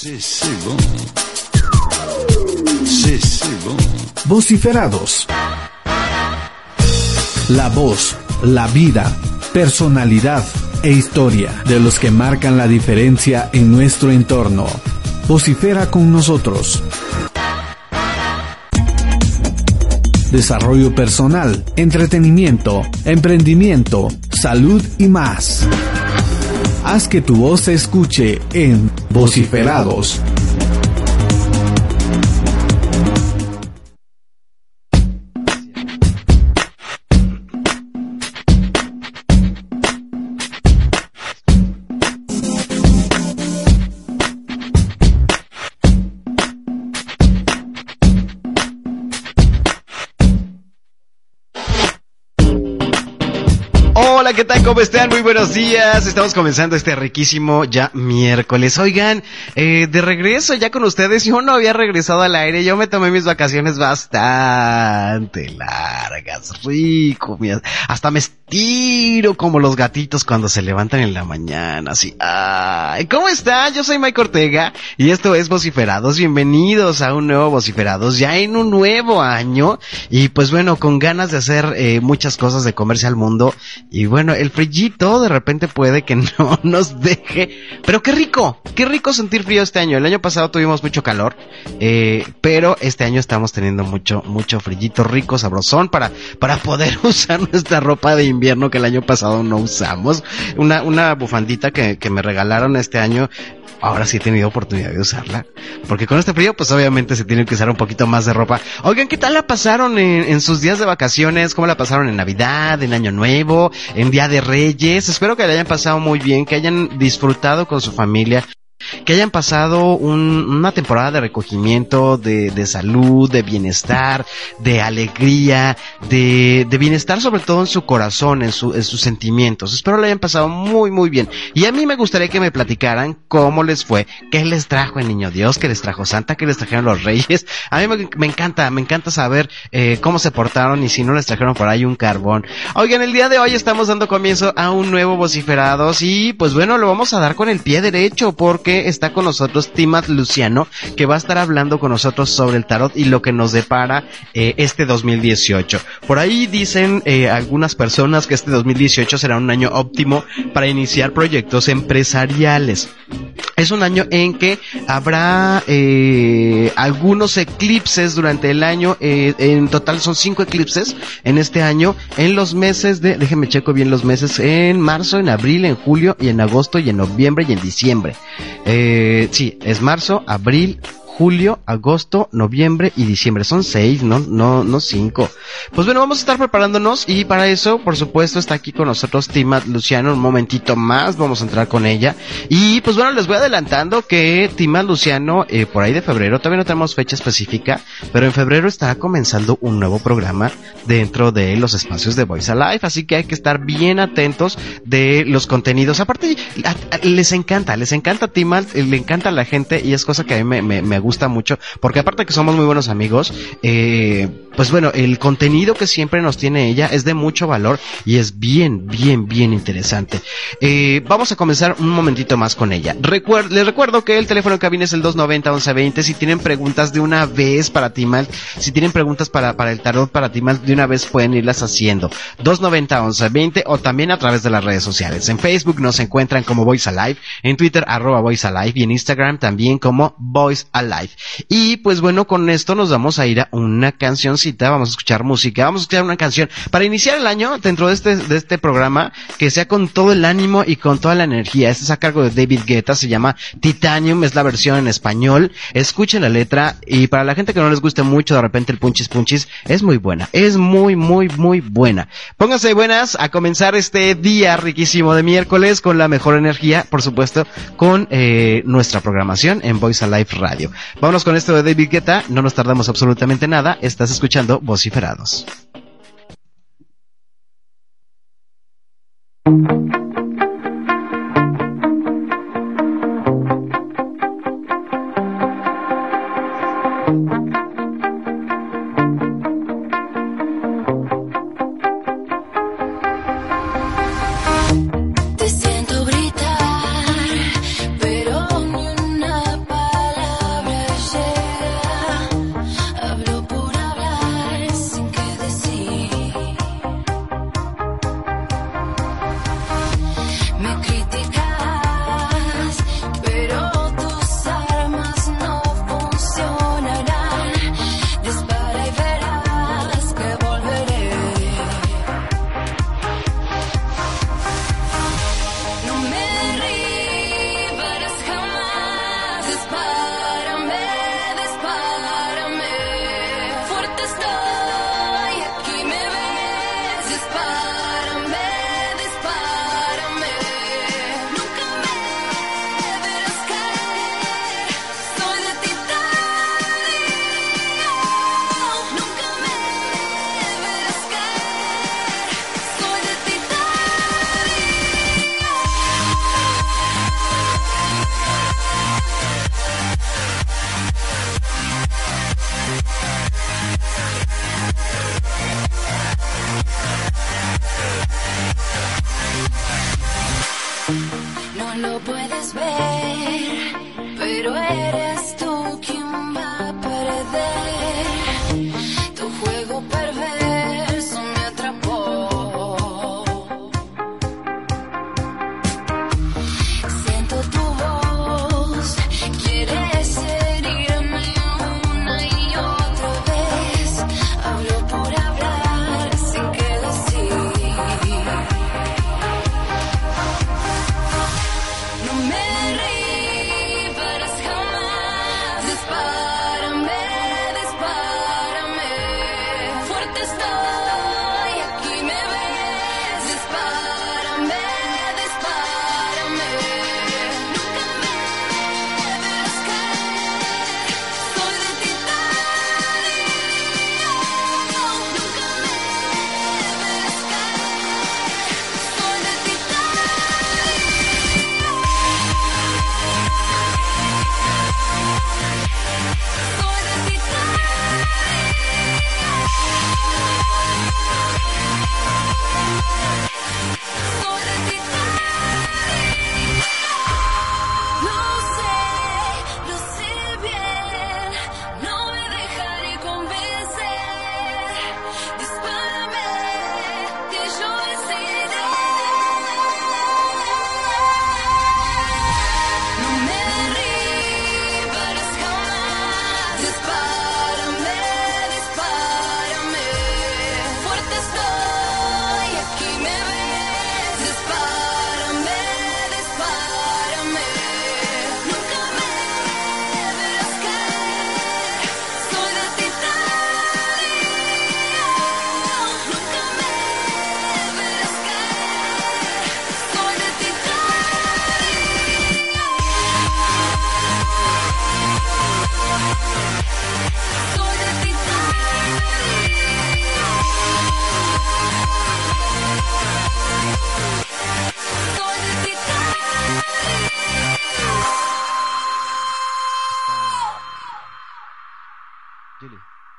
C'est bon. C'est bon. Vociferados. La voz, la vida, personalidad e historia de los que marcan la diferencia en nuestro entorno. Vocifera con nosotros. Desarrollo personal, entretenimiento, emprendimiento, salud y más. Haz que tu voz se escuche en Vociferados. Hola, ¿qué tal? ¿Cómo están? Muy buenos días. Estamos comenzando este riquísimo ya miércoles. Oigan, de regreso ya con ustedes. Yo no había regresado al aire. Yo me tomé mis vacaciones bastante largas. Rico. Mira, hasta me estiro como los gatitos cuando se levantan en la mañana. Así. Ay, ¿cómo están? Yo soy Mike Ortega y esto es Vociferados. Bienvenidos a un nuevo Vociferados. Ya en un nuevo año. Y pues bueno, con ganas de hacer muchas cosas de comerse al mundo. Y bueno, el frillito de repente puede que no nos deje, pero qué rico sentir frío este año. El año pasado tuvimos mucho calor, pero este año estamos teniendo mucho frillito rico, sabrosón para poder usar nuestra ropa de invierno que el año pasado no usamos. Una bufandita que me regalaron este año. Ahora sí he tenido oportunidad de usarla, porque con este frío pues obviamente se tiene que usar un poquito más de ropa. Oigan, ¿qué tal la pasaron en sus días de vacaciones? ¿Cómo la pasaron en Navidad, en Año Nuevo, en Día de Reyes? Espero que la hayan pasado muy bien, que hayan disfrutado con su familia, que hayan pasado una temporada de recogimiento, de salud, de bienestar, de alegría, de bienestar sobre todo en su corazón, en sus sentimientos. Espero lo hayan pasado muy muy bien. Y a mí me gustaría que me platicaran cómo les fue, qué les trajo el Niño Dios, qué les trajo Santa, qué les trajeron los Reyes. A mí me encanta saber cómo se portaron y si no les trajeron por ahí un carbón. Oigan, el día de hoy estamos dando comienzo a un nuevo Vociferados y pues bueno, lo vamos a dar con el pie derecho porque está con nosotros Timat Luciano, que va a estar hablando con nosotros sobre el tarot y lo que nos depara este 2018. Por ahí dicen algunas personas que este 2018 será un año óptimo para iniciar proyectos empresariales. Es un año en que habrá algunos eclipses durante el año. En total son 5 eclipses en este año, en los meses de, déjenme checo bien los meses, en marzo, en abril, en julio y en agosto y en noviembre y en diciembre. Sí, es marzo, abril, julio, agosto, noviembre y diciembre. Son 6, no 5. Pues bueno, vamos a estar preparándonos y para eso, por supuesto, está aquí con nosotros Timat Luciano. Un momentito más, vamos a entrar con ella. Y pues bueno, les voy adelantando que Timat Luciano, por ahí de febrero, todavía no tenemos fecha específica, pero en febrero estará comenzando un nuevo programa dentro de los espacios de Voice Alive, así que hay que estar bien atentos de los contenidos. Aparte, les encanta Timat, le encanta a la gente y es cosa que a mí me gusta mucho, porque aparte que somos muy buenos amigos, pues bueno, el contenido que siempre nos tiene ella es de mucho valor y es bien interesante. Vamos a comenzar un momentito más con ella. Les recuerdo que el teléfono en cabina es el 290-1120. Si tienen preguntas de una vez para Timat, si tienen preguntas para el tarot para Timat, de una vez pueden irlas haciendo. 290-1120 o también a través de las redes sociales. En Facebook nos encuentran como Voice Alive, en Twitter @Voice Alive y en Instagram también como Voice Alive. Y pues bueno, con esto nos vamos a ir a una cancioncita, vamos a escuchar música, vamos a escuchar una canción para iniciar el año dentro de este programa, que sea con todo el ánimo y con toda la energía. Este es a cargo de David Guetta, se llama Titanium, es la versión en español. Escuchen la letra y para la gente que no les guste mucho de repente el punchis, es muy buena, es muy buena. Pónganse buenas a comenzar este día riquísimo de miércoles con la mejor energía, por supuesto, con nuestra programación en Voice Alive Radio. Vámonos con esto de David Guetta, no nos tardamos absolutamente nada, estás escuchando Vociferados. Te siento gritar, pero ni una palabra. eres tú quien va a perder. Tu juego perverso me atrapó. Siento tu voz, quieres herirme una y otra vez. Hablo por hablar sin qué decir. No me reíbarás jamás. Dispárame, dispárame. Fuerte estoy, aquí me ves. Dispárame, dispárame. Nunca me verás caer. Soy de titanio. Nunca me verás caer. Soy de lo sé bien, no me dejaré convencer. Dispárame, que yo venceré. No me derribarás jamás. Dispárame, dispárame. Fuerte estoy, aquí me ves. Dispárame, dispárame. Nunca me verás caer. Soy de titanio. Nunca me verás caer. Soy de titanio. Soy de Julie.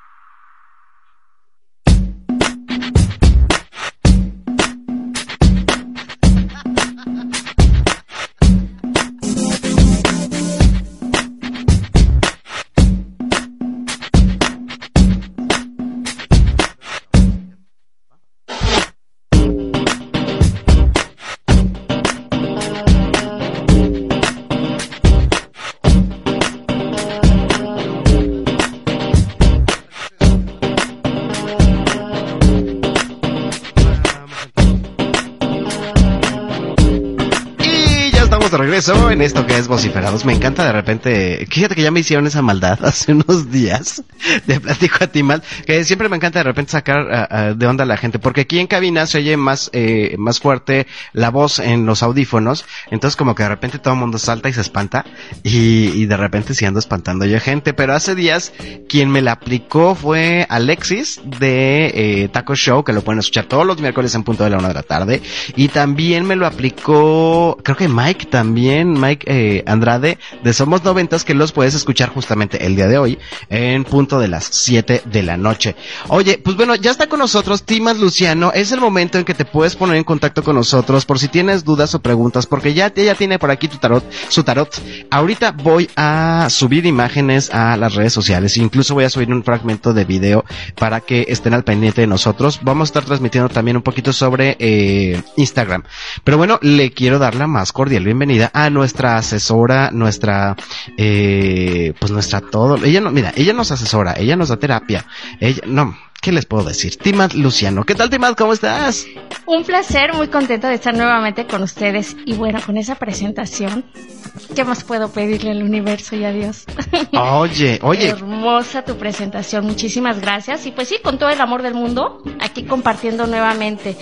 Y ya estamos de regreso en esto que es Vociferados. Me encanta de repente, fíjate que ya me hicieron esa maldad hace unos días, de platico a ti mal, que siempre me encanta de repente sacar de onda a la gente, porque aquí en cabina se oye más fuerte la voz en los audífonos, entonces como que de repente todo el mundo salta y se espanta, y de repente sí ando espantando yo gente, pero hace días quien me la aplicó fue Alexis de Taco Show, que lo pueden escuchar todos los miércoles en punto de la 1 de la tarde, y también me lo aplicó, creo que Mike también, Mike Andrade de Somos Noventas, que los puedes escuchar justamente el día de hoy en punto de las 7 de la noche. Oye, pues bueno, ya está con nosotros Timas Luciano. Es el momento en que te puedes poner en contacto con nosotros por si tienes dudas o preguntas, porque ella tiene por aquí su tarot. Ahorita voy a subir imágenes a las redes sociales, incluso voy a subir un fragmento de video para que estén al pendiente de nosotros. Vamos a estar transmitiendo también un poquito sobre Instagram. Pero bueno, le quiero dar la más cordial bienvenida a nuestra asesora, nuestra todo. Ella nos asesora, ella nos da terapia. ¿Qué les puedo decir? Timat Luciano. ¿Qué tal, Timat? ¿Cómo estás? Un placer, muy contenta de estar nuevamente con ustedes. Y bueno, con esa presentación, ¿qué más puedo pedirle al universo y a Dios? Oye. Hermosa tu presentación, muchísimas gracias. Y pues sí, con todo el amor del mundo, aquí compartiendo nuevamente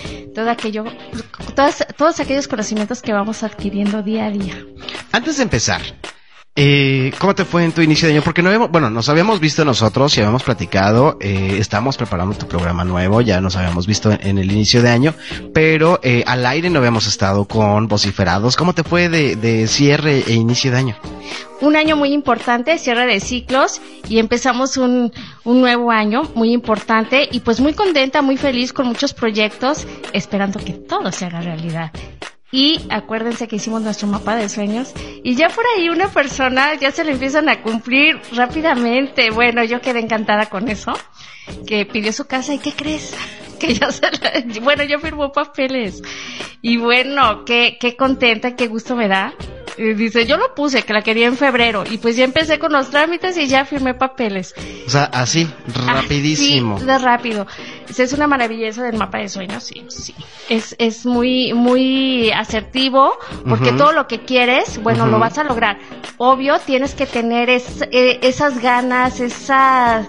todos aquellos conocimientos que vamos adquiriendo día a día. Antes de empezar, ¿cómo te fue en tu inicio de año? Porque nos habíamos visto nosotros y habíamos platicado, estábamos preparando tu programa nuevo, ya nos habíamos visto en el inicio de año, pero al aire no habíamos estado con Vociferados. ¿Cómo te fue de cierre e inicio de año? Un año muy importante, cierre de ciclos, y empezamos un nuevo año muy importante, y pues muy contenta, muy feliz, con muchos proyectos, esperando que todo se haga realidad. Y acuérdense que hicimos nuestro mapa de sueños y ya por ahí una persona ya se le empiezan a cumplir rápidamente. Bueno, yo quedé encantada con eso, que pidió su casa y ¿qué crees? Que ya bueno, yo firmó papeles y bueno, qué contenta, qué gusto me da. Dice, yo lo puse, que la quería en febrero y pues ya empecé con los trámites y ya firmé papeles. O sea, así, rapidísimo. Sí, de rápido. Es una maravilla eso del mapa de sueños, sí. Es muy, muy asertivo porque todo lo que quieres, bueno, lo vas a lograr. Obvio, tienes que tener esas ganas, esa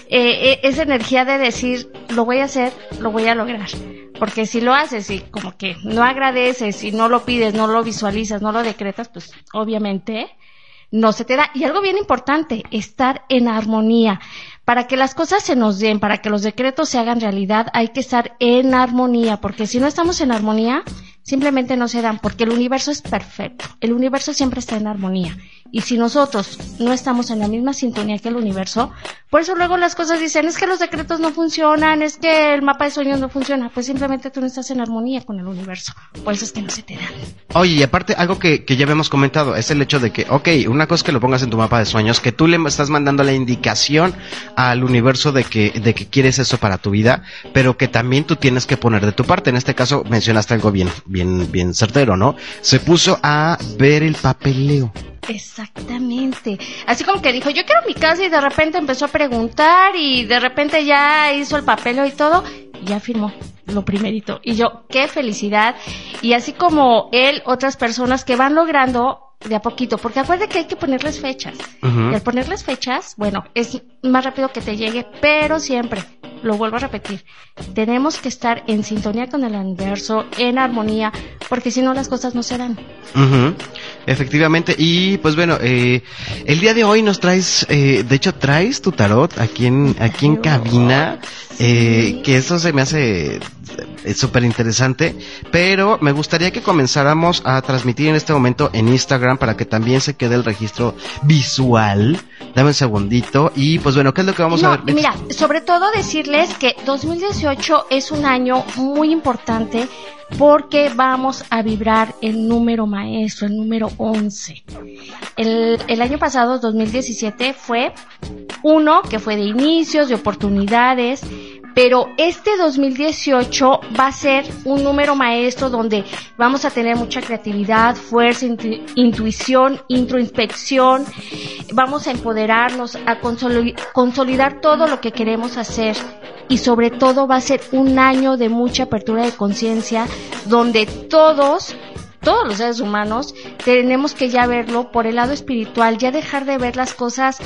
energía de decir, lo voy a hacer, lo voy a lograr. Porque si lo haces y como que no agradeces y no lo pides, no lo visualizas, no lo decretas, pues obviamente no se te da. Y algo bien importante, estar en armonía. Para que las cosas se nos den, para que los decretos se hagan realidad, hay que estar en armonía, porque si no estamos en armonía, simplemente no se dan, porque el universo es perfecto, el universo siempre está en armonía, y si nosotros no estamos en la misma sintonía que el universo, por eso luego las cosas dicen, es que los decretos no funcionan, es que el mapa de sueños no funciona, pues simplemente tú no estás en armonía con el universo, por eso es que no se te dan. Oye, y aparte, algo que ya habíamos comentado, es el hecho de que, una cosa es que lo pongas en tu mapa de sueños, que tú le estás mandando la indicación al universo de que quieres eso para tu vida, pero que también tú tienes que poner de tu parte. En este caso mencionaste algo bien certero, ¿no? Se puso a ver el papeleo. Exactamente. Así como que dijo, yo quiero mi casa y de repente empezó a preguntar y de repente ya hizo el papeleo y todo, y ya firmó lo primerito. Y yo, qué felicidad. Y así como él, otras personas que van logrando de a poquito, porque acuérdate que hay que ponerles fechas. Y al ponerles fechas, bueno, es más rápido que te llegue, pero siempre, lo vuelvo a repetir, tenemos que estar en sintonía con el universo, en armonía, porque si no las cosas no se dan. Efectivamente, y pues bueno, el día de hoy nos traes, de hecho traes tu tarot aquí en cabina, que eso se me hace súper interesante, pero me gustaría que comenzáramos a transmitir en este momento en Instagram para que también se quede el registro visual. Dame un segundito y pues bueno, ¿qué es lo que vamos a ver? Mira, sobre todo decirles que 2018 es un año muy importante porque vamos a vibrar el número maestro, el número 11. El año pasado, 2017, fue uno que fue de inicios, de oportunidades, pero este 2018 va a ser un número maestro donde vamos a tener mucha creatividad, fuerza, intuición, introspección, vamos a empoderarnos, a consolidar todo lo que queremos hacer. Y sobre todo va a ser un año de mucha apertura de conciencia, donde todos los seres humanos tenemos que ya verlo por el lado espiritual, ya dejar de ver las cosas,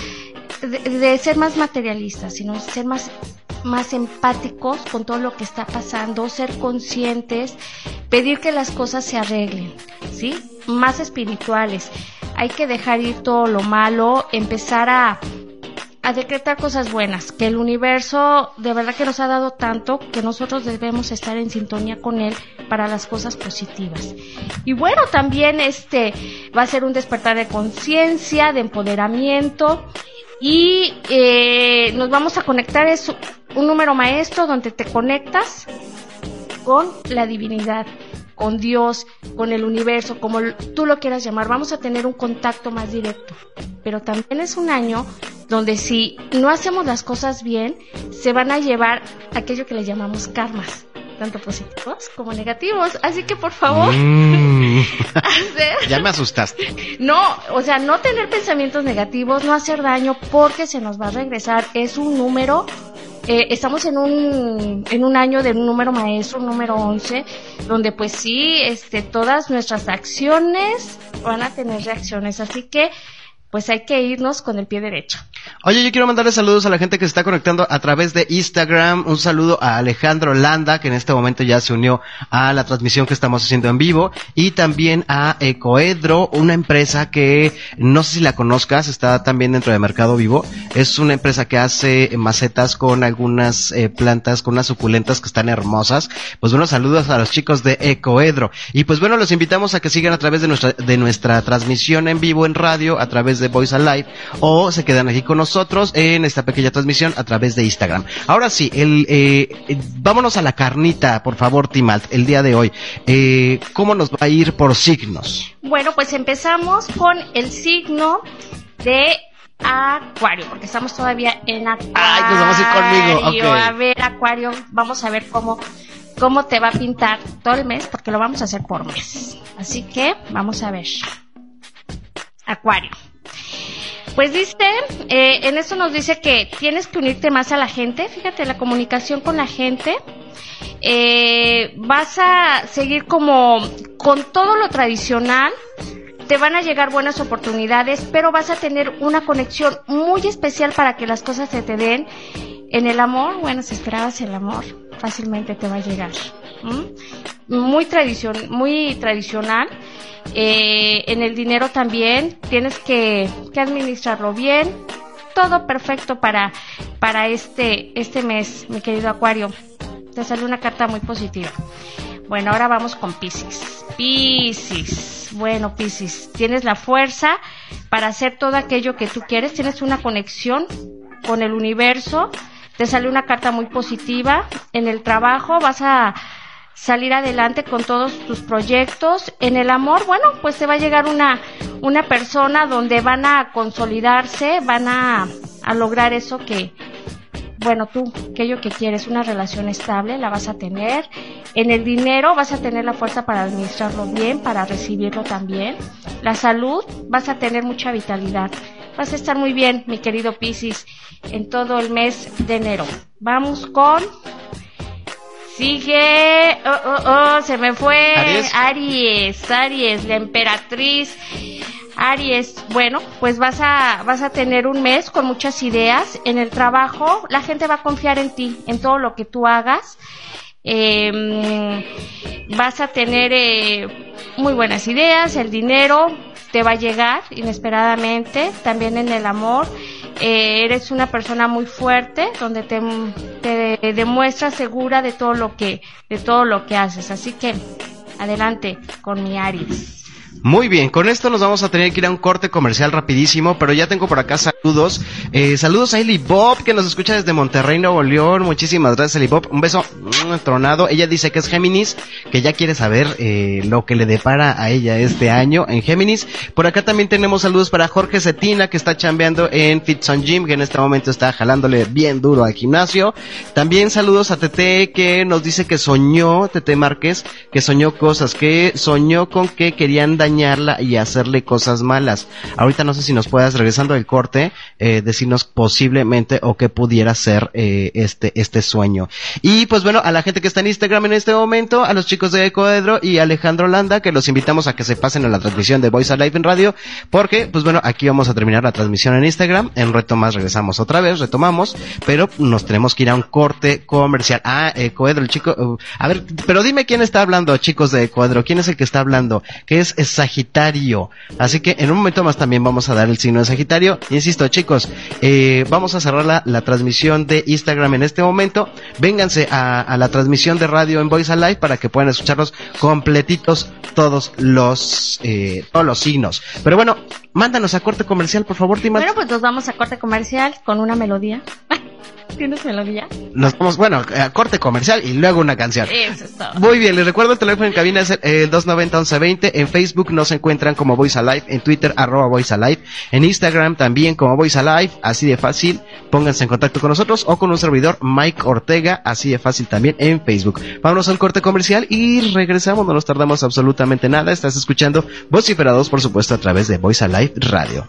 de ser más materialistas, sino ser más empáticos con todo lo que está pasando, ser conscientes, pedir que las cosas se arreglen, ¿sí? Más espirituales. Hay que dejar ir todo lo malo, empezar a decretar cosas buenas, que el universo de verdad que nos ha dado tanto que nosotros debemos estar en sintonía con él para las cosas positivas. Y bueno, también va a ser un despertar de conciencia, de empoderamiento y nos vamos a conectar, es un número maestro donde te conectas con la divinidad, con Dios, con el universo, como tú lo quieras llamar. Vamos a tener un contacto más directo, pero también es un año donde si no hacemos las cosas bien, se van a llevar aquello que le llamamos karmas, tanto positivos como negativos. Así que por favor, ya me asustaste. No, o sea, no tener pensamientos negativos, no hacer daño, porque se nos va a regresar. Es un número. Estamos en un año de un número maestro, un número 11, donde pues sí, todas nuestras acciones van a tener reacciones, así que pues hay que irnos con el pie derecho. Oye, yo quiero mandarle saludos a la gente que se está conectando a través de Instagram. Un saludo a Alejandro Landa, que en este momento ya se unió a la transmisión que estamos haciendo en vivo. Y también a Ecoedro, una empresa que no sé si la conozcas, está también dentro de Mercado Vivo. Es una empresa que hace macetas con algunas plantas, con unas suculentas que están hermosas. Pues bueno, saludos a los chicos de Ecoedro. Y pues bueno, los invitamos a que sigan a través de nuestra transmisión en vivo en radio, a través de Voice Alive, o se quedan aquí con nosotros nosotros en esta pequeña transmisión a través de Instagram. Ahora sí, vámonos a la carnita, por favor, Timalt, el día de hoy. ¿Cómo nos va a ir por signos? Bueno, pues empezamos con el signo de Acuario, porque estamos todavía en Acuario. Ay, pues vamos a ir conmigo, okay. A ver, Acuario, vamos a ver cómo te va a pintar todo el mes, porque lo vamos a hacer por mes. Así que vamos a ver. Acuario. Pues dice, en esto nos dice que tienes que unirte más a la gente. Fíjate, la comunicación con la gente. Vas a seguir como con todo lo tradicional. Te van a llegar buenas oportunidades, pero vas a tener una conexión muy especial para que las cosas se te den. En el amor, bueno, si esperabas el amor, fácilmente te va a llegar. Muy tradicional. En el dinero también tienes que administrarlo bien. Todo perfecto para este mes, mi querido Acuario. Te sale una carta muy positiva. Bueno, ahora vamos con Piscis. Bueno, Piscis, tienes la fuerza para hacer todo aquello que tú quieres. Tienes una conexión con el universo. Te sale una carta muy positiva. En el trabajo vas a salir adelante con todos tus proyectos. En el amor, bueno, pues te va a llegar una persona donde van a consolidarse, van a lograr eso que, bueno, tú, aquello que quieres, una relación estable, la vas a tener. En el dinero vas a tener la fuerza para administrarlo bien, para recibirlo también. La salud, vas a tener mucha vitalidad. Vas a estar muy bien, mi querido Piscis, en todo el mes de enero. Vamos con... Sigue... se me fue. Aries, la emperatriz. Aries, bueno, pues vas a tener un mes con muchas ideas. En el trabajo, la gente va a confiar en ti, en todo lo que tú hagas. Vas a tener muy buenas ideas. El dinero te va a llegar inesperadamente. También en el amor, eres una persona muy fuerte, donde te demuestras segura de todo lo que haces. Así que adelante con mi Aries. Muy bien, con esto nos vamos a tener que ir a un corte comercial rapidísimo, pero ya tengo por acá saludos. Saludos a Eli Bob, que nos escucha desde Monterrey, Nuevo León. Muchísimas gracias, Eli Bob. Un beso tronado. Ella dice que es Géminis, que ya quiere saber lo que le depara a ella este año en Géminis. Por acá también tenemos saludos para Jorge Cetina, que está chambeando en Fit Sun Gym, que en este momento está jalándole bien duro al gimnasio. También saludos a Tete, que nos dice que soñó, Tete Márquez, que soñó cosas, que soñó con que querían dañarla y hacerle cosas malas. Ahorita no sé si nos puedas, regresando del corte, decirnos posiblemente o qué pudiera ser este sueño. Y pues bueno, a la gente que está en Instagram en este momento, a los chicos de Ecoedro y Alejandro Landa, que los invitamos a que se pasen a la transmisión de Voice Alive en radio, porque pues bueno, aquí vamos a terminar la transmisión en Instagram. En un reto más regresamos otra vez, retomamos, pero nos tenemos que ir a un corte comercial. Ecoedro, el chico, a ver, pero dime quién está hablando, chicos de Ecoedro, quién es el que está hablando, que es Sagitario. Así que en un momento más también vamos a dar el signo de Sagitario. Insisto, chicos, vamos a cerrar la transmisión de Instagram en este momento. Vénganse a la transmisión de radio en Voice Alive para que puedan escucharlos completitos todos los signos. Pero bueno, mándanos a corte comercial, por favor, Tima. Bueno, pues nos vamos a corte comercial con una melodía. ¿Tienes melodía? Nos vamos, bueno, a corte comercial y luego una canción. Eso es todo. Muy bien, les recuerdo el teléfono en cabina es el 290-1120. En Facebook nos encuentran como Voice Alive, en Twitter @Voice Alive, en Instagram también como Voice Alive, así de fácil. Pónganse en contacto con nosotros o con un servidor, Mike Ortega, así de fácil también en Facebook. Vámonos a un corte comercial y regresamos, no nos tardamos absolutamente nada. Estás escuchando Vociferados, por supuesto, a través de Voice Alive Radio.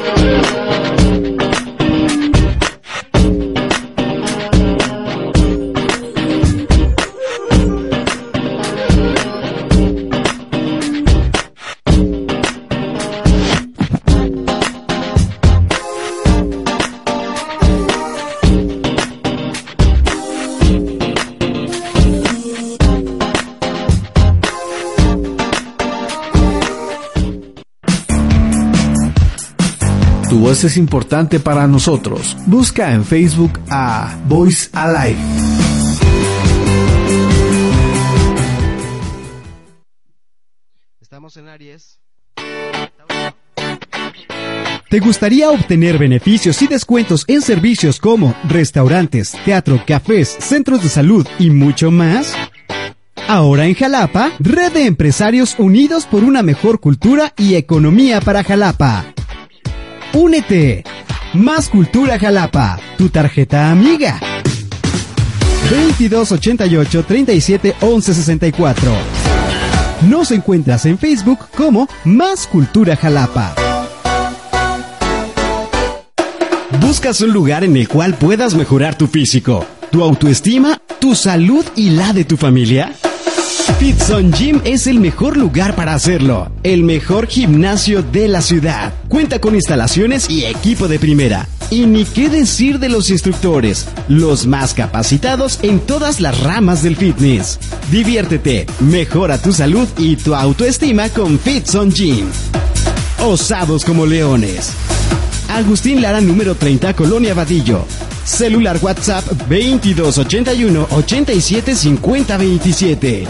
Tu voz es importante para nosotros. Busca en Facebook a Voice Alive. Estamos en Aries. ¿Te gustaría obtener beneficios y descuentos en servicios como restaurantes, teatro, cafés, centros de salud y mucho más? Ahora en Jalapa, Red de Empresarios Unidos por una mejor cultura y economía para Jalapa. ¡Únete! Más Cultura Jalapa, tu tarjeta amiga. 2288 37 11 64. Nos encuentras en Facebook como Más Cultura Jalapa. ¿Buscas un lugar en el cual puedas mejorar tu físico, tu autoestima, tu salud y la de tu familia? FitZone Gym es el mejor lugar para hacerlo. El mejor gimnasio de la ciudad. Cuenta con instalaciones y equipo de primera. Y ni qué decir de los instructores, los más capacitados en todas las ramas del fitness. Diviértete, mejora tu salud y tu autoestima con FitZone Gym. Osados como leones. Agustín Lara, número 30, Colonia Vadillo. Celular WhatsApp 2281 87 50 27.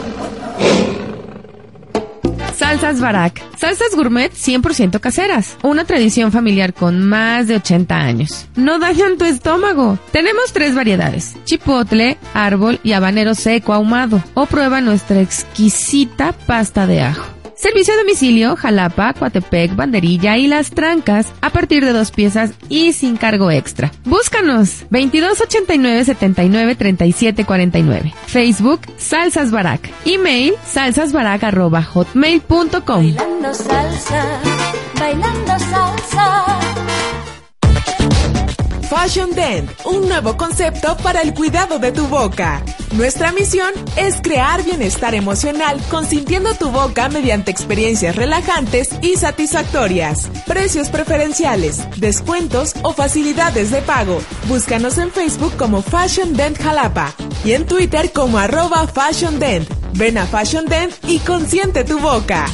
Salsas Barak. Salsas gourmet 100% caseras. Una tradición familiar con más de 80 años. No dañan tu estómago. Tenemos 3 variedades: chipotle, árbol y habanero seco ahumado. O prueba nuestra exquisita pasta de ajo. Servicio a domicilio, Jalapa, Coatepec, Banderilla y Las Trancas, a partir de 2 piezas y sin cargo extra. Búscanos, 2289 79 37 49. Facebook, Salsas Barak. Email, salsasbarak@hotmail.com. Bailando salsa, bailando salsa. Fashion Dent, un nuevo concepto para el cuidado de tu boca. Nuestra misión es crear bienestar emocional consintiendo tu boca mediante experiencias relajantes y satisfactorias. Precios preferenciales, descuentos o facilidades de pago. Búscanos en Facebook como Fashion Dent Jalapa y en Twitter como @Fashion Dent. Ven a Fashion Dent y consiente tu boca.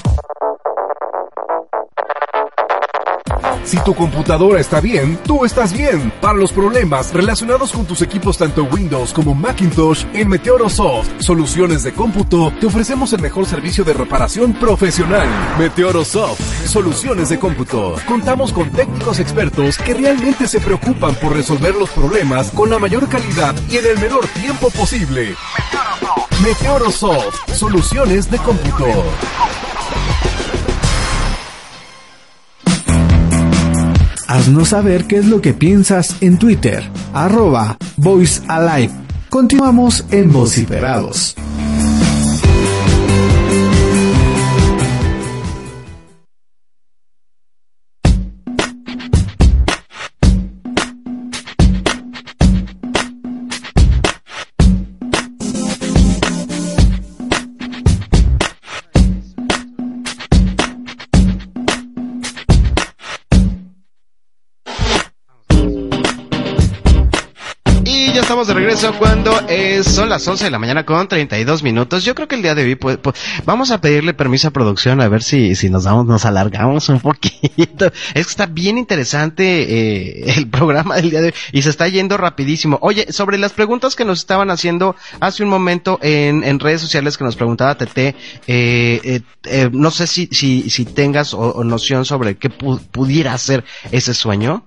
Si tu computadora está bien, tú estás bien. Para los problemas relacionados con tus equipos tanto Windows como Macintosh, en Meteorosoft, Soluciones de Cómputo, te ofrecemos el mejor servicio de reparación profesional. Meteorosoft, Soluciones de Cómputo. Contamos con técnicos expertos que realmente se preocupan por resolver los problemas con la mayor calidad y en el menor tiempo posible. Meteorosoft, Soluciones de Cómputo. Haznos saber qué es lo que piensas en Twitter, @VoiceAlive. Continuamos en Vociferados. Estamos de regreso cuando son las 11 de la mañana con 32 minutos. Yo creo que el día de hoy vamos a pedirle permiso a producción a ver si nos alargamos un poquito. Es que está bien interesante el programa del día de hoy y se está yendo rapidísimo. Oye, sobre las preguntas que nos estaban haciendo hace un momento en redes sociales que nos preguntaba Tete, no sé si tengas o noción sobre qué pudiera ser ese sueño.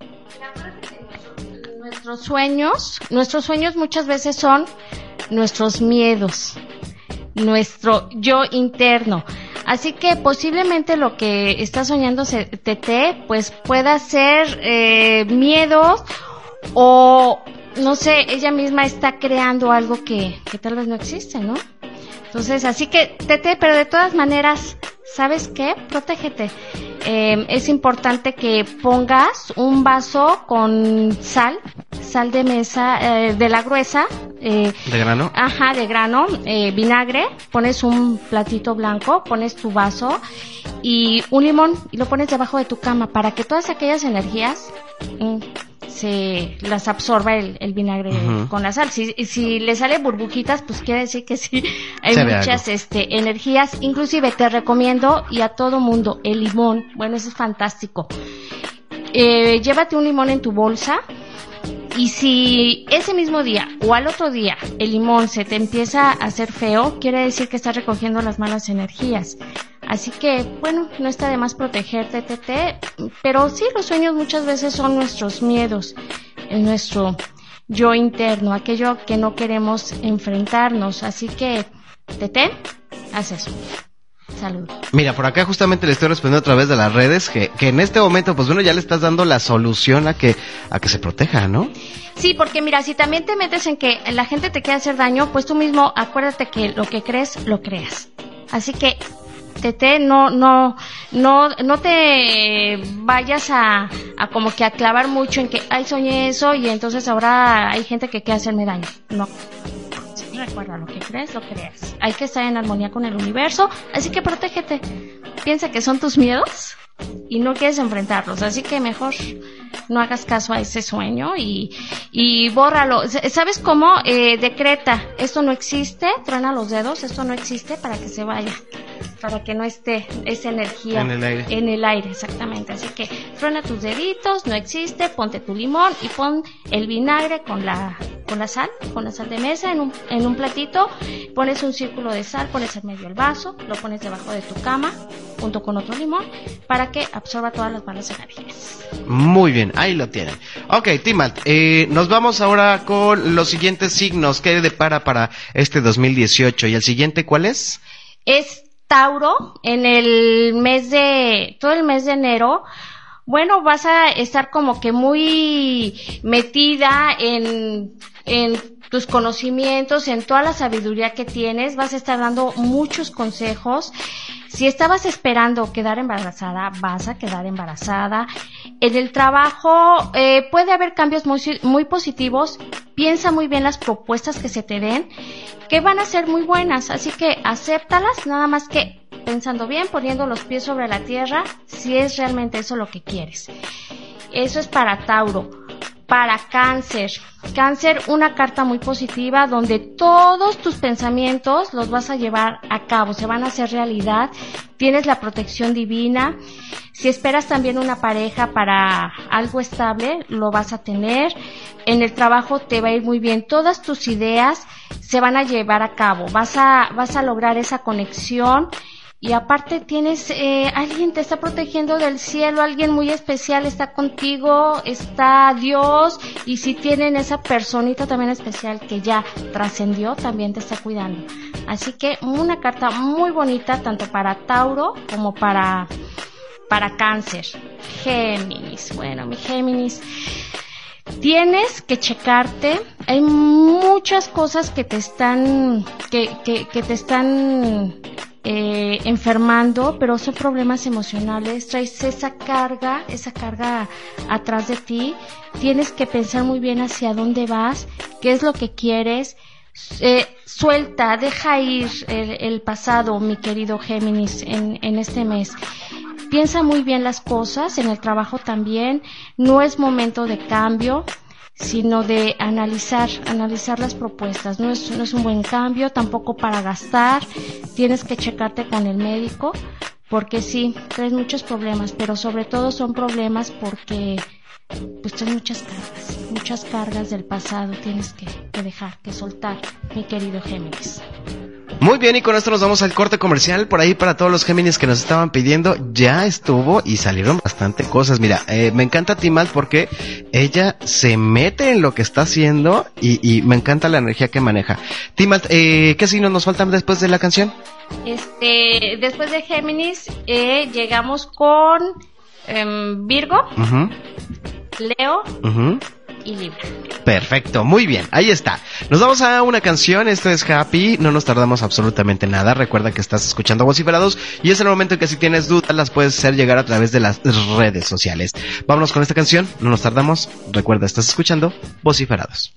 Nuestros sueños muchas veces son nuestros miedos, nuestro yo interno. Así que posiblemente lo que está soñando Tete, pues pueda ser miedos o, no sé, ella misma está creando algo que tal vez no existe, ¿no? Entonces, así que Tete, pero de todas maneras, ¿sabes qué? Protégete. Es importante que pongas un vaso con sal de mesa, de la gruesa. ¿De grano? Ajá, de grano, vinagre, pones un platito blanco, pones tu vaso y un limón y lo pones debajo de tu cama para que todas aquellas energías se las absorba el vinagre con la sal. Si le sale burbujitas, pues quiere decir que sí hay muchas energías. Inclusive te recomiendo, y a todo mundo, el limón. Bueno, eso es fantástico. Llévate un limón en tu bolsa, y si ese mismo día o al otro día el limón se te empieza a hacer feo, quiere decir que estás recogiendo las malas energías. Así que, bueno, no está de más protegerte, Tete, pero sí, los sueños muchas veces son nuestros miedos, nuestro yo interno, aquello que no queremos enfrentarnos. Así que, Tete, haz eso. Salud. Mira, por acá justamente le estoy respondiendo a través de las redes que en este momento, pues bueno, ya le estás dando la solución a que se proteja, ¿no? Sí, porque mira, si también te metes en que la gente te quiere hacer daño, pues tú mismo acuérdate que lo que crees, lo creas. Así que, Tete, no te vayas a como que a clavar mucho en que, ay, soñé eso y entonces ahora hay gente que quiere hacerme daño. No. Recuerda, lo que crees, lo creas. Hay que estar en armonía con el universo, así que protégete. Piensa que son tus miedos y no quieres enfrentarlos, así que mejor no hagas caso a ese sueño y bórralo. ¿Sabes cómo? Decreta, esto no existe, truena los dedos, esto no existe, para que se vaya, para que no esté esa energía en el aire. En el aire, exactamente. Así que truena tus deditos, no existe, ponte tu limón y pon el vinagre con la sal de mesa en un platito, pones un círculo de sal, pones en medio el vaso, lo pones debajo de tu cama junto con otro limón para que absorba todas las malas energías. Muy bien, ahí lo tienen. Ok, Timalt, nos vamos ahora con los siguientes signos. ¿Qué depara para este 2018? ¿Y el siguiente cuál es? Es Tauro. En todo el mes de enero, bueno, vas a estar como que muy metida en tus conocimientos, en toda la sabiduría que tienes, vas a estar dando muchos consejos. Si estabas esperando quedar embarazada, vas a quedar embarazada. En el trabajo puede haber cambios muy positivos. Piensa muy bien las propuestas que se te den, que van a ser muy buenas, así que acéptalas, nada más que pensando bien, poniendo los pies sobre la tierra, si es realmente eso lo que quieres. Eso es para Tauro. Para Cáncer, una carta muy positiva donde todos tus pensamientos los vas a llevar a cabo, se van a hacer realidad. Tienes la protección divina. Si esperas también una pareja para algo estable, lo vas a tener. En el trabajo te va a ir muy bien. Todas tus ideas se van a llevar a cabo. Vas a lograr esa conexión. Y aparte tienes, alguien te está protegiendo del cielo, alguien muy especial está contigo, está Dios, y si tienen esa personita también especial que ya trascendió, también te está cuidando. Así que una carta muy bonita, tanto para Tauro como para Cáncer. Géminis, bueno, mi Géminis, tienes que checarte. Hay muchas cosas que te están, que te están enfermando, pero son problemas emocionales. Traes esa carga atrás de ti. Tienes que pensar muy bien hacia dónde vas, qué es lo que quieres. Suelta, deja ir el pasado, mi querido Géminis, en este mes. Piensa muy bien las cosas, en el trabajo también. No es momento de cambio, sino de analizar las propuestas. No es un buen cambio, tampoco para gastar. Tienes que checarte con el médico, porque sí, traes muchos problemas, pero sobre todo son problemas porque pues traes muchas cargas del pasado. Tienes que dejar, que soltar, mi querido Géminis. Muy bien, y con esto nos vamos al corte comercial. Por ahí, para todos los Géminis que nos estaban pidiendo, ya estuvo y salieron bastante cosas. Mira, me encanta Timalt porque ella se mete en lo que está haciendo y me encanta la energía que maneja. Timalt, ¿qué signos nos faltan después de la canción? Después de Géminis, llegamos con Virgo, Leo, y Libra. Perfecto, muy bien, ahí está. Nos vamos a una canción, esto es Happy, no nos tardamos absolutamente nada. Recuerda que estás escuchando Vociferados y es el momento en que si tienes dudas las puedes hacer llegar a través de las redes sociales. Vámonos con esta canción, no nos tardamos. Recuerda, estás escuchando Vociferados.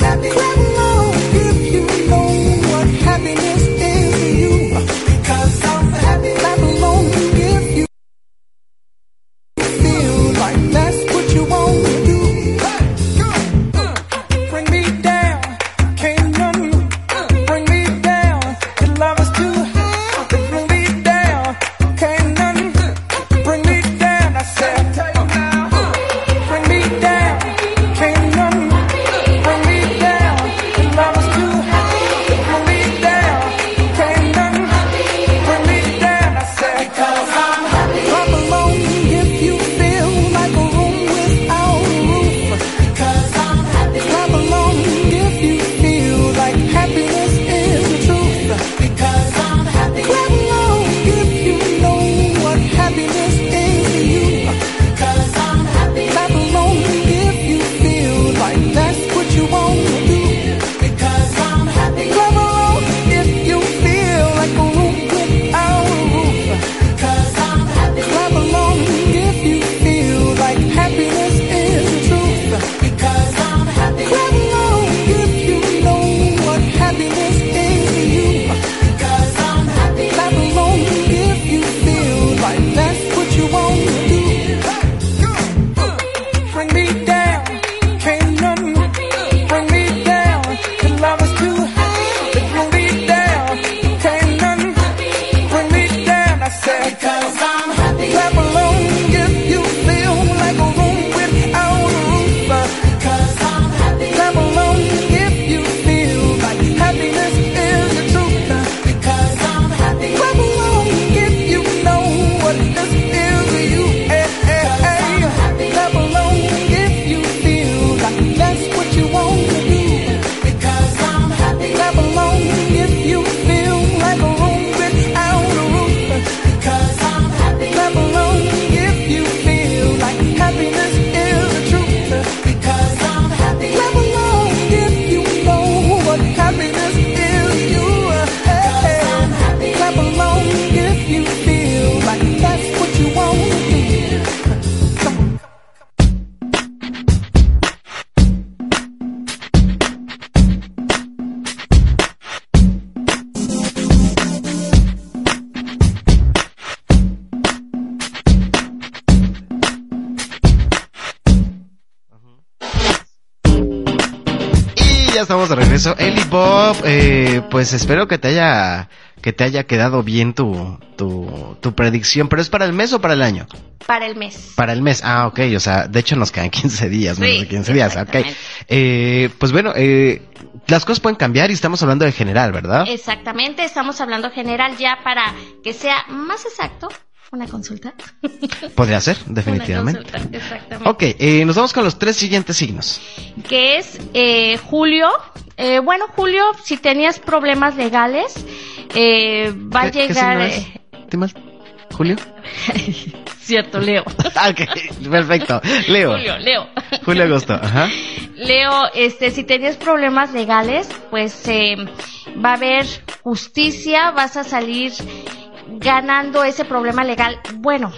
ya estamos de regreso. Eli Bob, pues espero que te haya quedado bien tu predicción, pero ¿es para el mes o para el año? Para el mes. Para el mes, ok, o sea, de hecho nos quedan 15 días, menos de 15 días, ok. Pues bueno, las cosas pueden cambiar y estamos hablando de general, ¿verdad? Exactamente, estamos hablando general ya para que sea más exacto. Una consulta. Podría ser, definitivamente. Una consulta, exactamente. Ok, nos vamos con los 3 siguientes signos. Que es Julio. Bueno, Julio, si tenías problemas legales, va a llegar... ¿Qué mal? ¿Julio? Cierto, Leo. Ok, perfecto. Leo. Leo. Julio, agosto, ajá. Leo, si tenías problemas legales, pues va a haber justicia, vas a salir ganando ese problema legal. Bueno,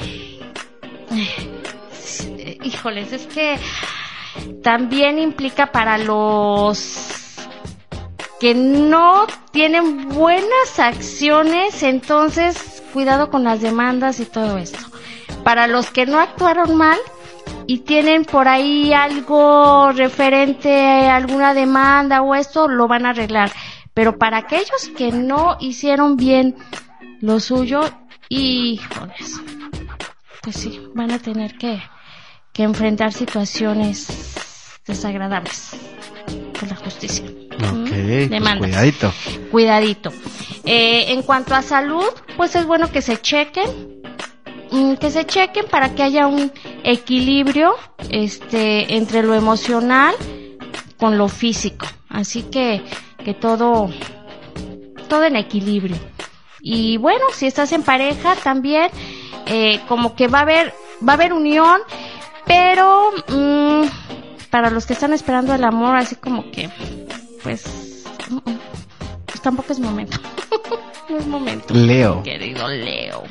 híjoles, es que también implica para los que no tienen buenas acciones, entonces cuidado con las demandas y todo esto. Para los que no actuaron mal y tienen por ahí algo referente a alguna demanda o esto, lo van a arreglar. Pero para aquellos que no hicieron bien lo suyo, híjoles, pues sí, van a tener que enfrentar situaciones desagradables con la justicia. Ok, pues cuidadito. En cuanto a salud, pues es bueno que se chequen para que haya un equilibrio entre lo emocional con lo físico, así que todo en equilibrio. Y bueno, si estás en pareja también, como que va a haber unión, pero para los que están esperando el amor, así como que, pues tampoco es momento. No es momento. Leo. Querido Leo.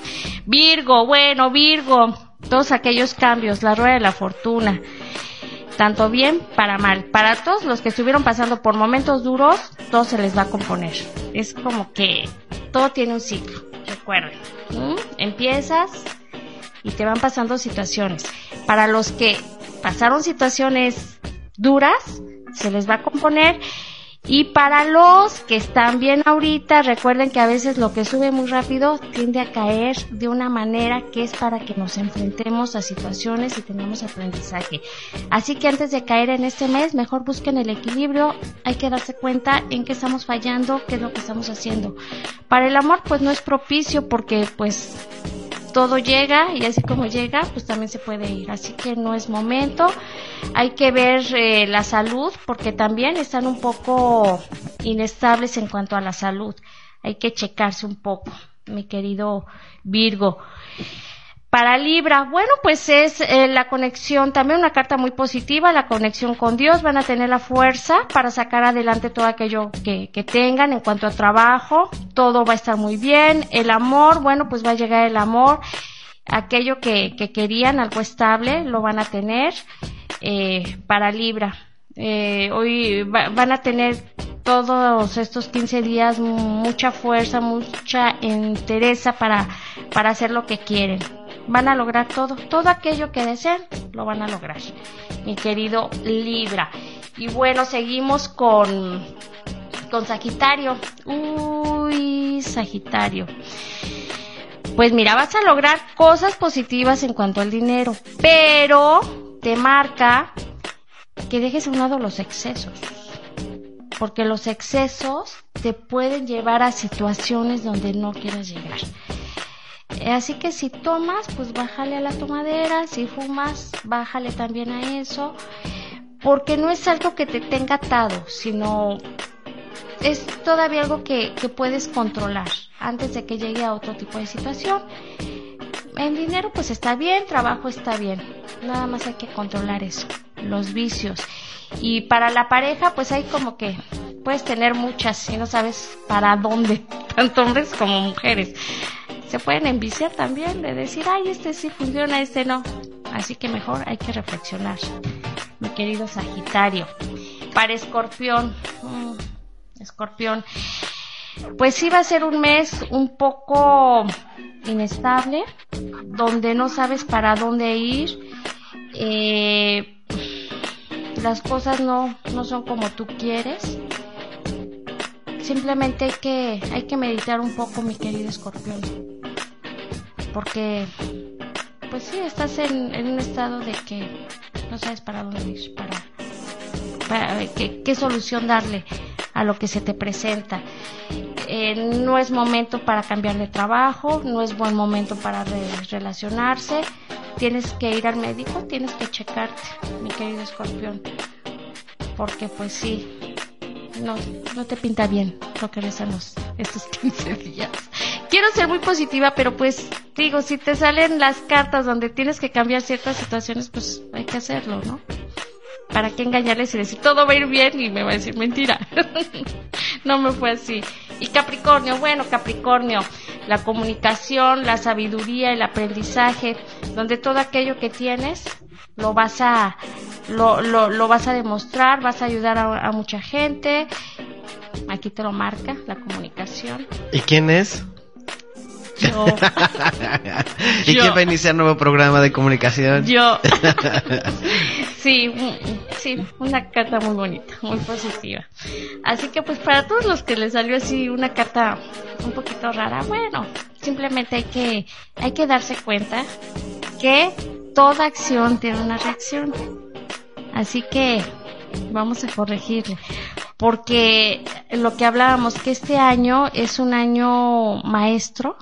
Virgo, todos aquellos cambios, la rueda de la fortuna. tanto bien para mal. Para todos los que estuvieron pasando por momentos duros, todo se les va a componer. Es como que todo tiene un ciclo, recuerden. Empiezas y te van pasando situaciones. Para los que pasaron situaciones duras, se les va a componer. Y para los que están bien ahorita, recuerden que a veces lo que sube muy rápido tiende a caer de una manera que es para que nos enfrentemos a situaciones y tengamos aprendizaje. Así que antes de caer en este mes, mejor busquen el equilibrio. Hay que darse cuenta en qué estamos fallando, qué es lo que estamos haciendo. Para el amor, pues no es propicio porque pues todo llega y así como llega, pues también se puede ir. Así que no es momento. Hay que ver la salud porque también están un poco inestables en cuanto a la salud. Hay que checarse un poco, mi querido Virgo. Para Libra, bueno, pues es la conexión, también una carta muy positiva, la conexión con Dios. Van a tener la fuerza para sacar adelante todo aquello que tengan en cuanto a trabajo. Todo va a estar muy bien. El amor, bueno, pues va a llegar el amor. Aquello que querían, algo estable, lo van a tener. Para Libra, hoy van a tener todos estos 15 días mucha fuerza, mucha entereza para hacer lo que quieren. Van a lograr todo aquello que deseen, lo van a lograr, mi querido Libra. Y bueno, seguimos con Sagitario. Sagitario. Pues mira, vas a lograr cosas positivas en cuanto al dinero, pero te marca que dejes a un lado los excesos, porque los excesos te pueden llevar a situaciones donde no quieras llegar. Así que si tomas, pues bájale a la tomadera. Si fumas, bájale también a eso, porque no es algo que te tenga atado, sino es todavía algo que puedes controlar antes de que llegue a otro tipo de situación. En dinero pues está bien, trabajo está bien, nada más hay que controlar eso, los vicios. Y para la pareja pues hay como que puedes tener muchas y no sabes para dónde, tanto hombres como mujeres. Se pueden enviciar también de decir, ay, este sí funciona, este no. Así que mejor hay que reflexionar, mi querido Sagitario. Para Escorpión, pues sí va a ser un mes un poco inestable, donde no sabes para dónde ir. Las cosas no son como tú quieres. Simplemente hay que meditar un poco, mi querido Escorpión, porque pues sí, estás en un estado de que no sabes para dónde ir, para qué solución darle a lo que se te presenta. No es momento para cambiar de trabajo, no es buen momento para relacionarse. Tienes que ir al médico, tienes que checarte, mi querido Escorpión, porque pues sí, no te pinta bien lo que restan estos 15 días. Quiero ser muy positiva, pero pues digo, si te salen las cartas donde tienes que cambiar ciertas situaciones, pues hay que hacerlo, ¿no? ¿Para qué engañarles y decir todo va a ir bien y me va a decir mentira? No me fue así. Y Capricornio, bueno, Capricornio, la comunicación, la sabiduría, el aprendizaje, donde todo aquello que tienes lo vas a demostrar, vas a ayudar a mucha gente. Aquí te lo marca la comunicación. ¿Y quién es? Yo. ¿Y quién va a iniciar nuevo programa de comunicación? Yo. Sí, una carta muy bonita, muy positiva. Así que pues para todos los que les salió así una carta un poquito rara, bueno, simplemente hay que darse cuenta que toda acción tiene una reacción. Así que vamos a corregirle, porque lo que hablábamos, que este año es un año maestro,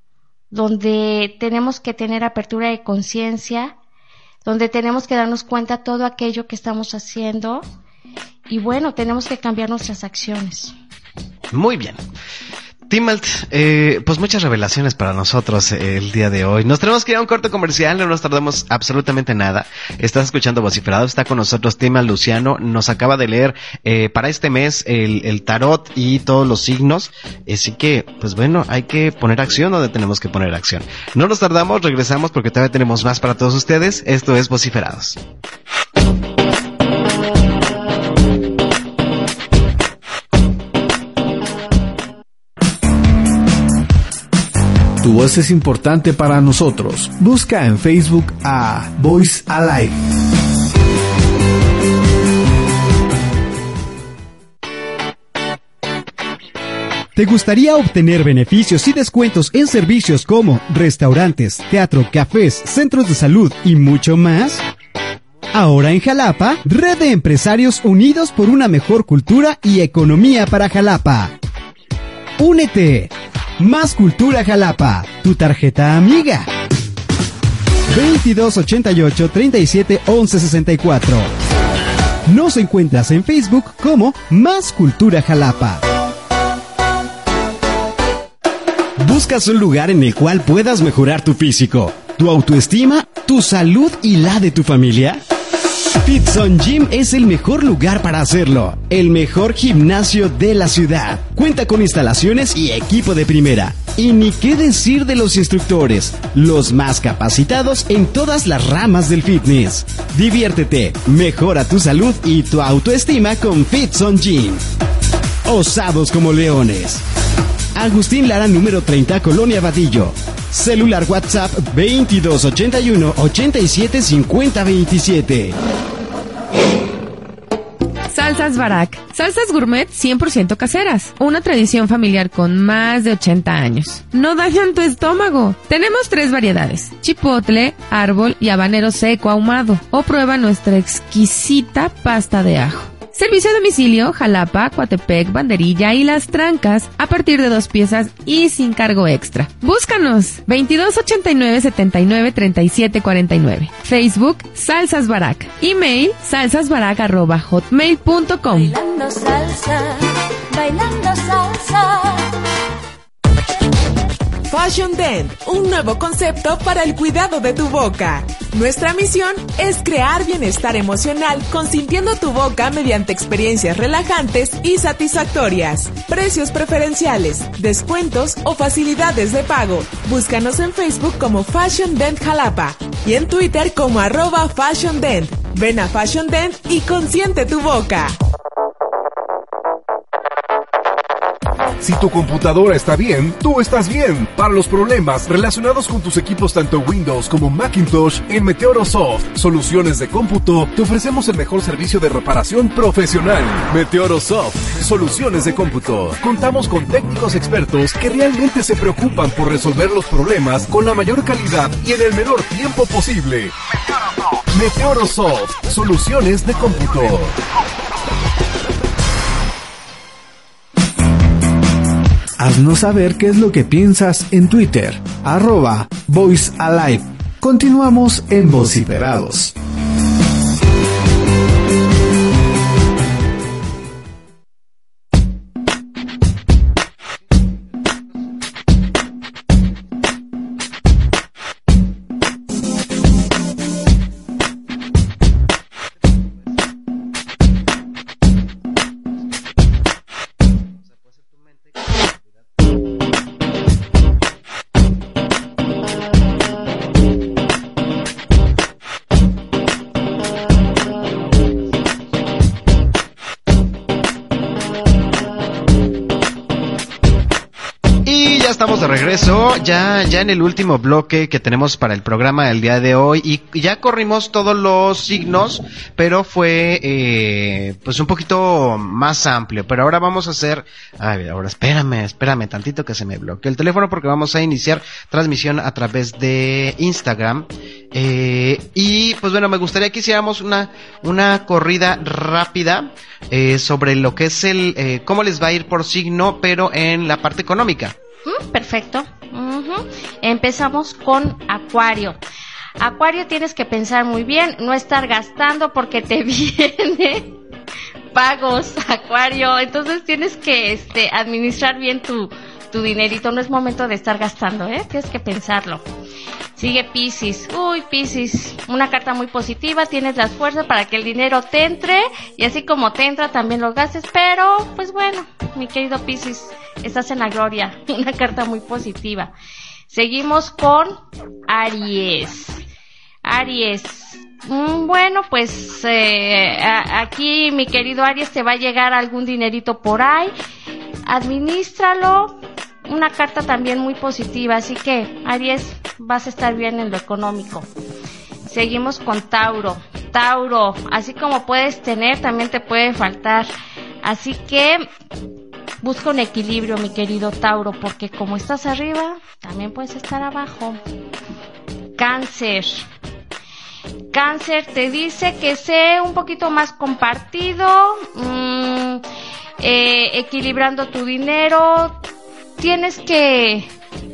donde tenemos que tener apertura de conciencia, donde tenemos que darnos cuenta de todo aquello que estamos haciendo y bueno, tenemos que cambiar nuestras acciones. Muy bien. Timalt, pues muchas revelaciones para nosotros el día de hoy. Nos tenemos que ir a un corte comercial, no nos tardamos absolutamente nada. Estás escuchando Vociferado, está con nosotros Timalt Luciano, nos acaba de leer para este mes el tarot y todos los signos. Así que, pues bueno, hay que poner acción donde tenemos que poner acción. No nos tardamos, regresamos porque todavía tenemos más para todos ustedes. Esto es Vociferados. Tu voz es importante para nosotros. Busca en Facebook a Voice Alive. ¿Te gustaría obtener beneficios y descuentos en servicios como restaurantes, teatro, cafés, centros de salud y mucho más? Ahora en Jalapa, Red de Empresarios Unidos por una mejor cultura y economía para Jalapa. ¡Únete! Más Cultura Jalapa, tu tarjeta amiga. 2288-371164. Nos encuentras en Facebook como Más Cultura Jalapa. ¿Buscas un lugar en el cual puedas mejorar tu físico, tu autoestima, tu salud y la de tu familia? Fit-Zone Gym es el mejor lugar para hacerlo. El mejor gimnasio de la ciudad. Cuenta con instalaciones y equipo de primera. Y ni qué decir de los instructores, los más capacitados en todas las ramas del fitness. Diviértete, mejora tu salud y tu autoestima con Fit-Zone Gym. Osados como leones. Agustín Lara, número 30, Colonia Vadillo. Celular WhatsApp 2281-875027. Salsas Barak. Salsas gourmet 100% caseras. Una tradición familiar con más de 80 años. No dañan tu estómago. Tenemos 3 variedades: chipotle, árbol y habanero seco ahumado. O prueba nuestra exquisita pasta de ajo. Servicio a domicilio, Jalapa, Coatepec, Banderilla y Las Trancas, a partir de 2 piezas y sin cargo extra. Búscanos, 2289-793749. Facebook, Salsas Barak. Email, salsasbarak@hotmail.com. Bailando salsa, bailando salsa. Fashion Dent, un nuevo concepto para el cuidado de tu boca. Nuestra misión es crear bienestar emocional consintiendo tu boca mediante experiencias relajantes y satisfactorias. Precios preferenciales, descuentos o facilidades de pago. Búscanos en Facebook como Fashion Dent Jalapa y en Twitter como @Fashion Dent. Ven a Fashion Dent y consiente tu boca. Si tu computadora está bien, tú estás bien. Para los problemas relacionados con tus equipos tanto Windows como Macintosh, en Meteorosoft, Soluciones de Cómputo, te ofrecemos el mejor servicio de reparación profesional. Meteorosoft, Soluciones de Cómputo. Contamos con técnicos expertos que realmente se preocupan por resolver los problemas con la mayor calidad y en el menor tiempo posible. Meteorosoft, Soluciones de Cómputo. Haznos saber qué es lo que piensas en Twitter, @VoiceAlive. Continuamos en Vociferados. Estamos de regreso, ya en el último bloque que tenemos para el programa del día de hoy, y ya corrimos todos los signos, pero fue pues un poquito más amplio. Pero ahora vamos a hacer, ahora espérame tantito que se me bloqueó el teléfono, porque vamos a iniciar transmisión a través de Instagram. Y pues bueno, me gustaría que hiciéramos una corrida rápida sobre lo que es el cómo les va a ir por signo, pero en la parte económica. Perfecto. Empezamos con Acuario. Acuario, tienes que pensar muy bien, no estar gastando porque te viene pagos, Acuario. Entonces tienes que administrar bien tu dinerito. No es momento de estar gastando, tienes que pensarlo. Sigue Piscis. Piscis, una carta muy positiva, tienes las fuerzas para que el dinero te entre, y así como te entra también lo gastes, pero pues bueno, mi querido Piscis, estás en la gloria. Una carta muy positiva. Seguimos con Aries. Bueno, pues aquí mi querido Aries, te va a llegar algún dinerito por ahí. Administralo. una carta también muy positiva, así que Aries, vas a estar bien en lo económico. Seguimos con Tauro. Tauro, así como puedes tener, también te puede faltar. Así que busca un equilibrio, mi querido Tauro, porque como estás arriba, también puedes estar abajo. Cáncer. Cáncer te dice que sé un poquito más compartido, equilibrando tu dinero. Tienes que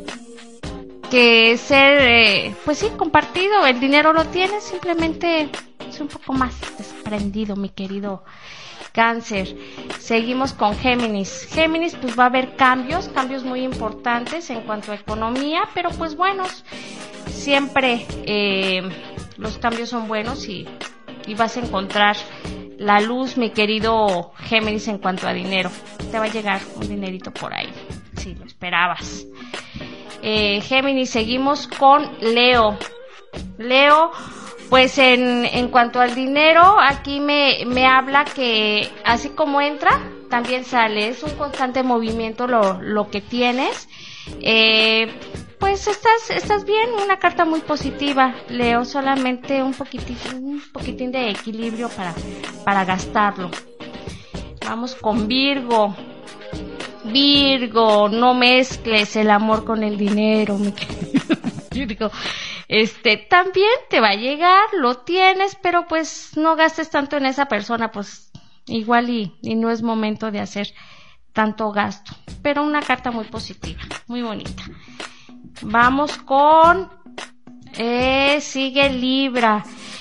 ser, pues sí, compartido. El dinero lo tienes, simplemente es un poco más desprendido, mi querido Cáncer. Seguimos con Géminis. Géminis, pues va a haber cambios muy importantes en cuanto a economía, pero pues buenos. Siempre los cambios son buenos y vas a encontrar la luz, mi querido Géminis, en cuanto a dinero. Te va a llegar un dinerito por ahí, si lo esperabas. Géminis, seguimos con Leo. Leo, pues en cuanto al dinero, aquí me habla que así como entra, también sale. Es un constante movimiento lo que tienes. Pues estás bien, una carta muy positiva, Leo, solamente un poquitín de equilibrio para gastarlo. Vamos con Virgo. Virgo, no mezcles el amor con el dinero, mi querido Virgo. También te va a llegar, lo tienes, pero pues no gastes tanto en esa persona, pues igual y no es momento de hacer tanto gasto. Pero una carta muy positiva, muy bonita. Vamos con sigue Libra.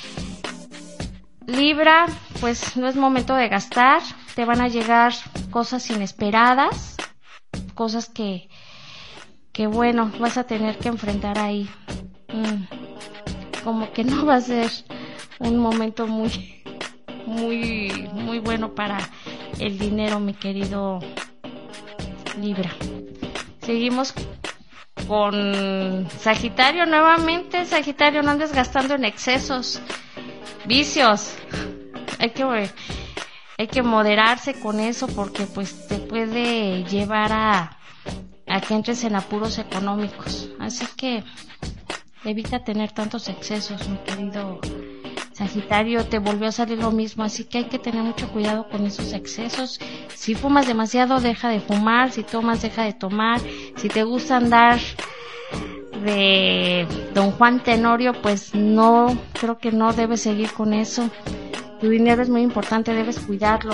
Libra, pues no es momento de gastar, te van a llegar cosas inesperadas, cosas que bueno, vas a tener que enfrentar ahí. Como que no va a ser un momento muy bueno para el dinero, mi querido Libra. Seguimos con Sagitario nuevamente. Sagitario, no andes gastando en excesos, vicios. Hay que moderarse con eso, porque pues te puede llevar a que entres en apuros económicos. Así que evita tener tantos excesos, mi querido Sagitario. Te volvió a salir lo mismo, así que hay que tener mucho cuidado con esos excesos. Si fumas demasiado, deja de fumar. Si tomas, deja de tomar. Si te gusta andar de Don Juan Tenorio, pues no, creo que no debes seguir con eso. Tu dinero es muy importante, debes cuidarlo.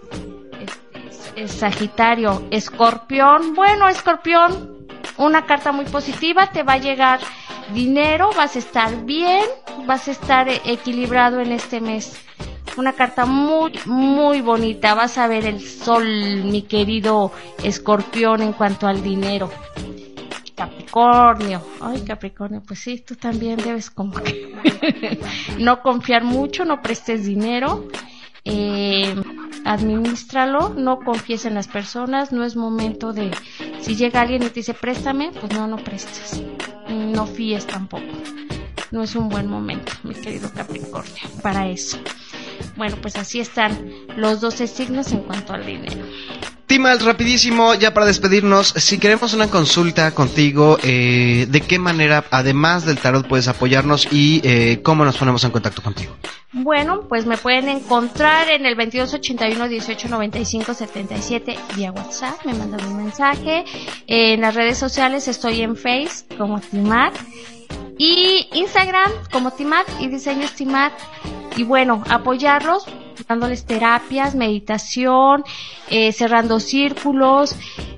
Sagitario. Escorpión, bueno, Escorpión, una carta muy positiva, te va a llegar dinero, vas a estar bien, vas a estar equilibrado en este mes. Una carta muy bonita, vas a ver el sol, mi querido Escorpión, en cuanto al dinero. Capricornio, Capricornio, pues sí, tú también debes como que no confiar mucho, no prestes dinero, administralo, no confíes en las personas, no es momento de, si llega alguien y te dice préstame, pues no prestes, no fíes tampoco, no es un buen momento, mi querido Capricornio, para eso. Bueno, pues así están los 12 signos en cuanto al dinero. Timal, rapidísimo, ya para despedirnos, si queremos una consulta contigo, ¿de qué manera, además del tarot, puedes apoyarnos y cómo nos ponemos en contacto contigo? Bueno, pues me pueden encontrar en el 2281 18 95 77 vía WhatsApp, me mandan un mensaje. En las redes sociales estoy en Face como Timat y Instagram como Timat y Diseños Timat. Y bueno, apoyarlos dándoles terapias, meditación, cerrando círculos,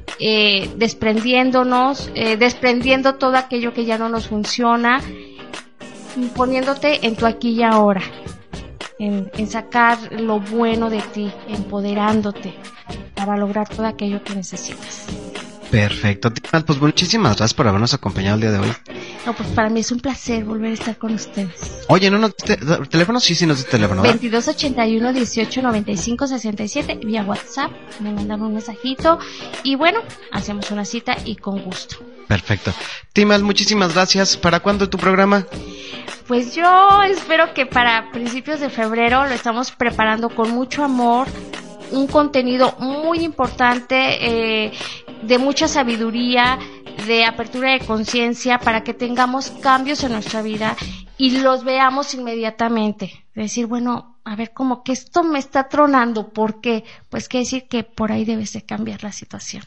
desprendiendo todo aquello que ya no nos funciona, poniéndote en tu aquí y ahora, en sacar lo bueno de ti, empoderándote para lograr todo aquello que necesitas. Perfecto, pues muchísimas gracias por habernos acompañado el día de hoy. No, pues para mí es un placer volver a estar con ustedes. Oye, ¿no nos diste teléfono? Sí, nos diste teléfono, ¿verdad? 2281 18 95 67 vía WhatsApp, me mandan un mensajito y bueno, hacemos una cita y con gusto. Perfecto. Timal, muchísimas gracias. ¿Para cuándo tu programa? Pues yo espero que para principios de febrero, lo estamos preparando con mucho amor, un contenido muy importante de mucha sabiduría, de apertura de conciencia, para que tengamos cambios en nuestra vida y los veamos inmediatamente. Decir, bueno, a ver, como que esto me está tronando, ¿por qué? Pues quiere decir que por ahí debes de cambiar la situación.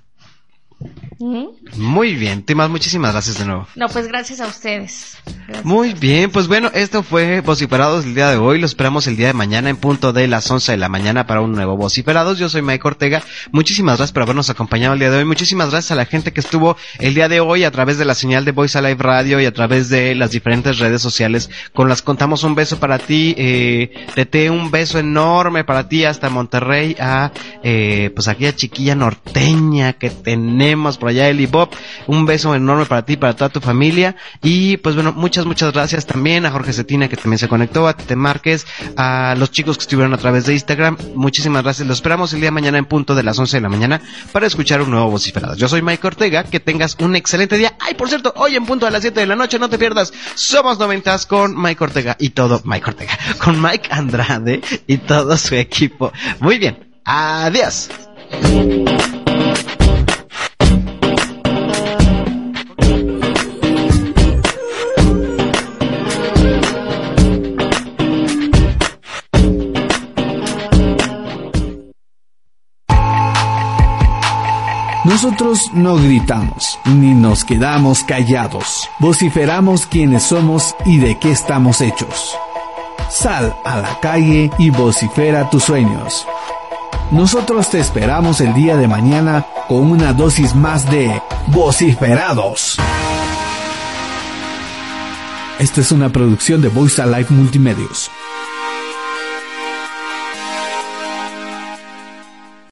Muy bien, Timas, muchísimas gracias de nuevo. No, pues gracias a ustedes. Gracias. Muy bien, pues bueno, esto fue Vociferados el día de hoy. Lo esperamos el día de mañana en punto de las 11 de la mañana para un nuevo Vociferados. Yo soy Mike Ortega. Muchísimas gracias por habernos acompañado el día de hoy. Muchísimas gracias a la gente que estuvo el día de hoy a través de la señal de Voice Alive Radio y a través de las diferentes redes sociales. Con las contamos, un beso para ti, Tete, un beso enorme para ti hasta Monterrey, a pues aquella chiquilla norteña que tenemos por allá, Eli Bob, un beso enorme para ti, para toda tu familia. Y pues bueno, muchas gracias también a Jorge Cetina, que también se conectó, a Tete Márquez, a los chicos que estuvieron a través de Instagram. Muchísimas gracias. Los esperamos el día de mañana en punto de las 11 de la mañana para escuchar un nuevo Vociferados. Yo soy Mike Ortega, que tengas un excelente día. Ay, por cierto, hoy en punto de las 7 de la noche, no te pierdas Somos Noventas con Mike Ortega y todo Mike Ortega, con Mike Andrade y todo su equipo. Muy bien, adiós. Nosotros no gritamos, ni nos quedamos callados. Vociferamos quiénes somos y de qué estamos hechos. Sal a la calle y vocifera tus sueños. Nosotros te esperamos el día de mañana con una dosis más de Vociferados. Esta es una producción de Voice Alive Multimedios.